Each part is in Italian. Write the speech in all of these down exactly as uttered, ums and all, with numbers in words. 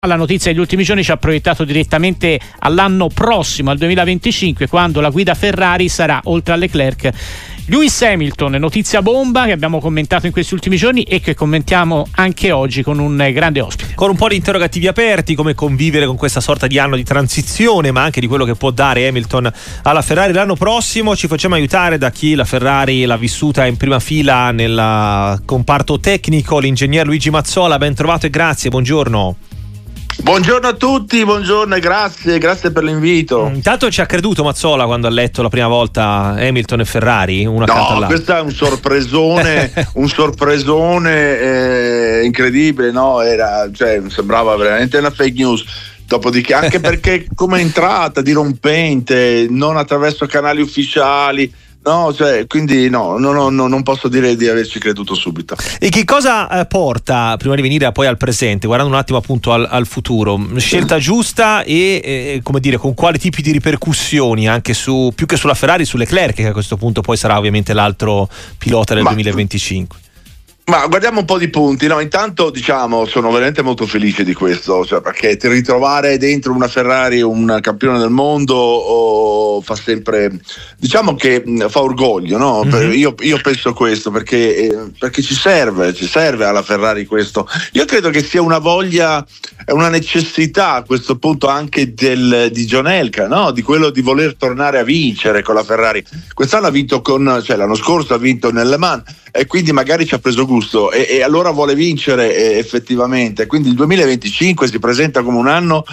La notizia degli ultimi giorni ci ha proiettato direttamente all'anno prossimo, al duemilaventicinque, quando la guida Ferrari sarà, oltre a Leclerc, Lewis Hamilton. Notizia bomba che abbiamo commentato in questi ultimi giorni e che commentiamo anche oggi con un grande ospite. Con un po' di interrogativi aperti, come convivere con questa sorta di anno di transizione, ma anche di quello che può dare Hamilton alla Ferrari l'anno prossimo. Ci facciamo aiutare da chi la Ferrari l'ha vissuta in prima fila nel comparto tecnico, l'ingegner Luigi Mazzola. Ben trovato e grazie, buongiorno. Buongiorno a tutti, buongiorno e grazie, grazie per l'invito. Intanto ci ha creduto Mazzola quando ha letto la prima volta Hamilton e Ferrari, una accanto No, all'altra? questo è un sorpresone, un sorpresone eh, incredibile, no? Era, cioè, sembrava veramente una fake news. Dopodiché, anche perché come è entrata dirompente, non attraverso canali ufficiali. No, cioè, quindi no, no, no, no, non posso dire di averci creduto subito. E che cosa eh, porta, prima di venire poi al presente, guardando un attimo appunto al, al futuro, scelta giusta e eh, come dire, con quali tipi di ripercussioni anche su, più che sulla Ferrari, su Leclerc, che a questo punto poi sarà ovviamente l'altro pilota del Ma, duemilaventicinque? Ma guardiamo un po' di punti, no? Intanto diciamo sono veramente molto felice di questo, cioè, perché ti ritrovare dentro una Ferrari un campione del mondo oh, fa sempre, diciamo che mh, fa orgoglio, no? Mm-hmm. Io, io penso questo perché, eh, perché ci serve, ci serve alla Ferrari questo. Io credo che sia una voglia, una necessità a questo punto anche del, di John Elkann, no? Di quello di voler tornare a vincere con la Ferrari. Quest'anno ha vinto con, cioè l'anno scorso ha vinto nel Le Mans e quindi magari ci ha preso gusto e, e allora vuole vincere eh, effettivamente, quindi il duemilaventicinque si presenta come un anno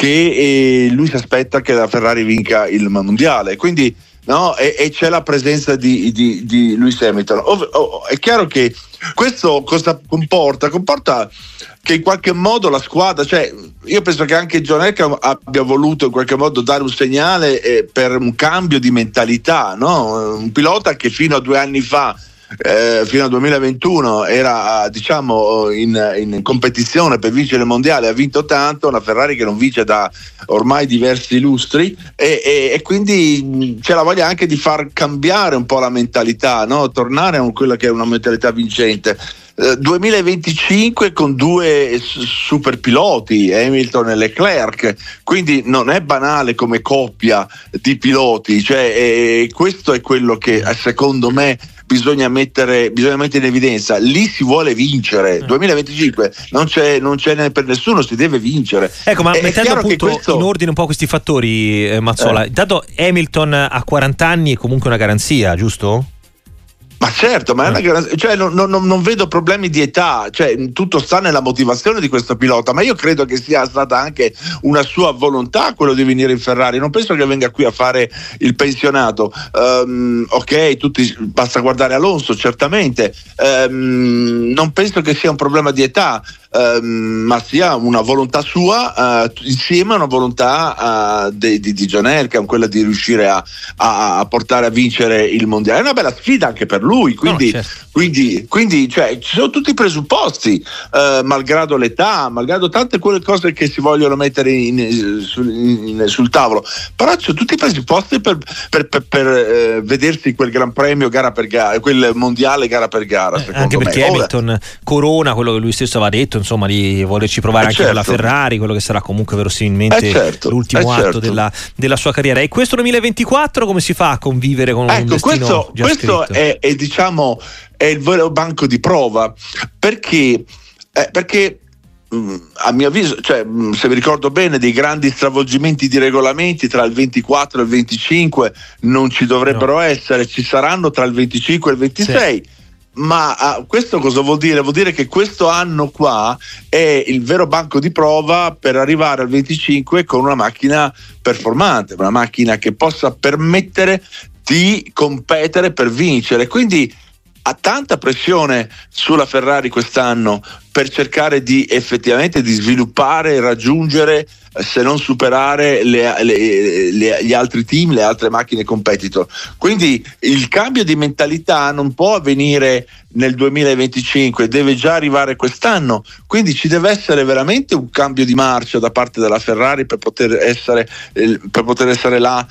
che eh, lui si aspetta che la Ferrari vinca il mondiale, quindi no, e, e c'è la presenza di, di, di Lewis Hamilton. Ov- oh, è chiaro che questo cosa comporta? Comporta che in qualche modo la squadra, cioè io penso che anche John Elkann abbia voluto in qualche modo dare un segnale eh, per un cambio di mentalità, no? Un pilota che fino a due anni fa Eh, fino al duemilaventuno era diciamo in, in competizione per vincere il mondiale, ha vinto tanto, una Ferrari che non vince da ormai diversi lustri e, e, e quindi c'è la voglia anche di far cambiare un po' la mentalità, no? Tornare a quella che è una mentalità vincente. eh, duemilaventicinque con due super piloti, Hamilton e Leclerc, quindi non è banale come coppia di piloti, cioè eh, questo è quello che secondo me bisogna mettere, bisogna mettere in evidenza. Lì si vuole vincere. duemilaventicinque non c'è, non c'è per nessuno, si deve vincere. Ecco, ma è, mettendo appunto questo... in ordine un po' questi fattori, eh, Mazzola, eh. Intanto Hamilton a quaranta anni è comunque una garanzia, giusto? Ma certo, ma è una garanzia, cioè non, non, non vedo problemi di età, cioè tutto sta nella motivazione di questo pilota, ma io credo che sia stata anche una sua volontà quello di venire in Ferrari, non penso che venga qui a fare il pensionato. Um, ok, tutti, basta guardare Alonso certamente, um, non penso che sia un problema di età, um, ma sia una volontà sua uh, insieme a una volontà uh, di, di, di John Elkann, quella di riuscire a, a, a portare a vincere il mondiale. È una bella sfida anche per lui, quindi, no, certo. quindi, quindi cioè, ci sono tutti i presupposti, uh, malgrado l'età, malgrado tante quelle cose che si vogliono mettere in, in, sul, in, sul tavolo, però ci sono tutti i presupposti per, per, per, per uh, vedersi quel Gran Premio gara per gara, quel mondiale gara per gara, eh, anche perché me. Hamilton Ora, corona quello che lui stesso aveva detto, insomma, di volerci provare eh anche certo. con la Ferrari, quello che sarà comunque verosimilmente eh certo. l'ultimo eh atto certo. della, della sua carriera. E questo duemilaventiquattro come si fa a convivere con ecco, un destino questo, già questo è, è diciamo è il vero banco di prova, perché eh, perché mh, a mio avviso, cioè mh, se vi ricordo bene, dei grandi stravolgimenti di regolamenti tra il ventiquattro e il venticinque non ci dovrebbero no. essere, ci saranno tra il venticinque e il ventisei. Sì. Ma uh, questo cosa vuol dire? Vuol dire che questo anno qua è il vero banco di prova per arrivare al venticinque con una macchina performante, una macchina che possa permettere di competere per vincere. Quindi ha tanta pressione sulla Ferrari quest'anno per cercare di effettivamente di sviluppare e raggiungere, se non superare le, le, le, gli altri team, le altre macchine competitor. Quindi il cambio di mentalità non può avvenire nel duemilaventicinque, deve già arrivare quest'anno, quindi ci deve essere veramente un cambio di marcia da parte della Ferrari per poter essere, per poter essere là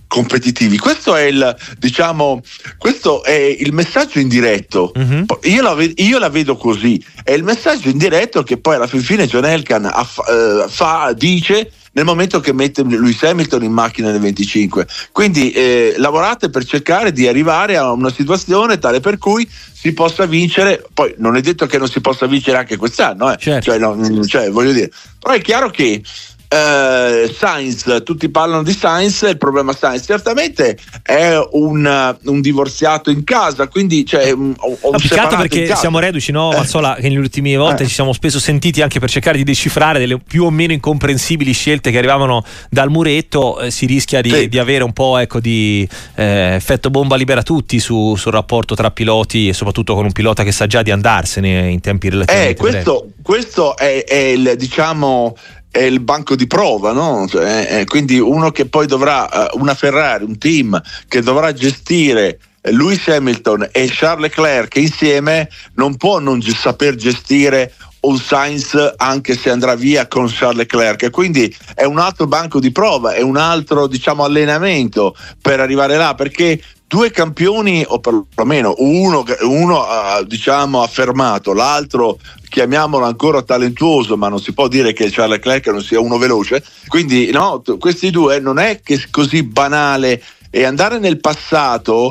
competitivi. Questo è il, diciamo, questo è il messaggio indiretto. Mm-hmm. Io, la ve- io la vedo così. È il messaggio indiretto che poi alla fin fine John Elkann aff- uh, fa, dice nel momento che mette Lewis Hamilton in macchina nel venticinque. Quindi eh, lavorate per cercare di arrivare a una situazione tale per cui si possa vincere. Poi non è detto che non si possa vincere anche quest'anno, eh. Certo. Cioè, no, cioè, voglio dire, però è chiaro che Uh, Sainz, tutti parlano di Sainz, il problema Sainz certamente è un, un divorziato in casa, quindi cioè, un, un no, peccato perché siamo reduci, no, Mazzola, eh. che nelle ultime volte eh. ci siamo spesso sentiti anche per cercare di decifrare delle più o meno incomprensibili scelte che arrivavano dal muretto. Eh, si rischia di, sì. di avere un po', ecco, di eh, effetto bomba libera tutti su, sul rapporto tra piloti, e soprattutto con un pilota che sa già di andarsene in tempi relativamente eh, questo, brevi. Questo è, è il, diciamo, è il banco di prova, no? Cioè, eh, quindi uno che poi dovrà, uh, una Ferrari, un team che dovrà gestire Lewis Hamilton e Charles Leclerc insieme, non può non g- saper gestire un Sainz anche se andrà via con Charles Leclerc, e quindi è un altro banco di prova, è un altro, diciamo, allenamento per arrivare là, perché due campioni, o perlomeno uno, uno uh, diciamo affermato, l'altro chiamiamolo ancora talentuoso, ma non si può dire che Charles Leclerc non sia uno veloce, quindi no, t- questi due non è che è così banale, e andare nel passato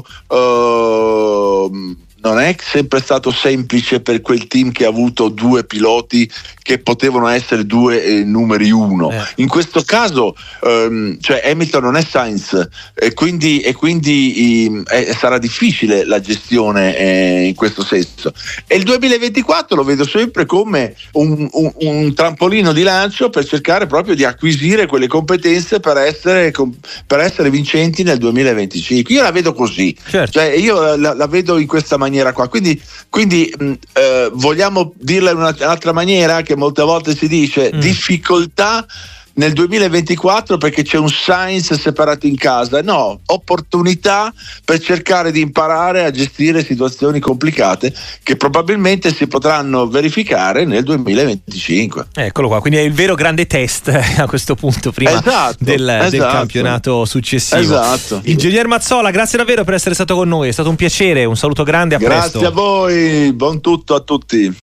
uh, non è sempre stato semplice per quel team che ha avuto due piloti che potevano essere due eh, numeri uno. Eh. In questo caso um, cioè Hamilton non è Sainz, e quindi, e quindi eh, sarà difficile la gestione eh, in questo senso. E il duemilaventiquattro lo vedo sempre come un, un, un trampolino di lancio per cercare proprio di acquisire quelle competenze per essere, per essere vincenti nel duemilaventicinque. Io la vedo così, certo. Cioè io la, la vedo in questa maniera qua, quindi, quindi mh, eh, vogliamo dirla in un'altra maniera, che molte volte si dice mm. difficoltà nel duemilaventiquattro perché c'è un Sainz separato in casa. No, opportunità per cercare di imparare a gestire situazioni complicate che probabilmente si potranno verificare nel duemilaventicinque. Eccolo qua, quindi è il vero grande test a questo punto prima esatto, del, esatto. del campionato successivo. Esatto. Ingegner Mazzola, grazie davvero per essere stato con noi, è stato un piacere, un saluto grande, a grazie presto. Grazie a voi, buon tutto a tutti.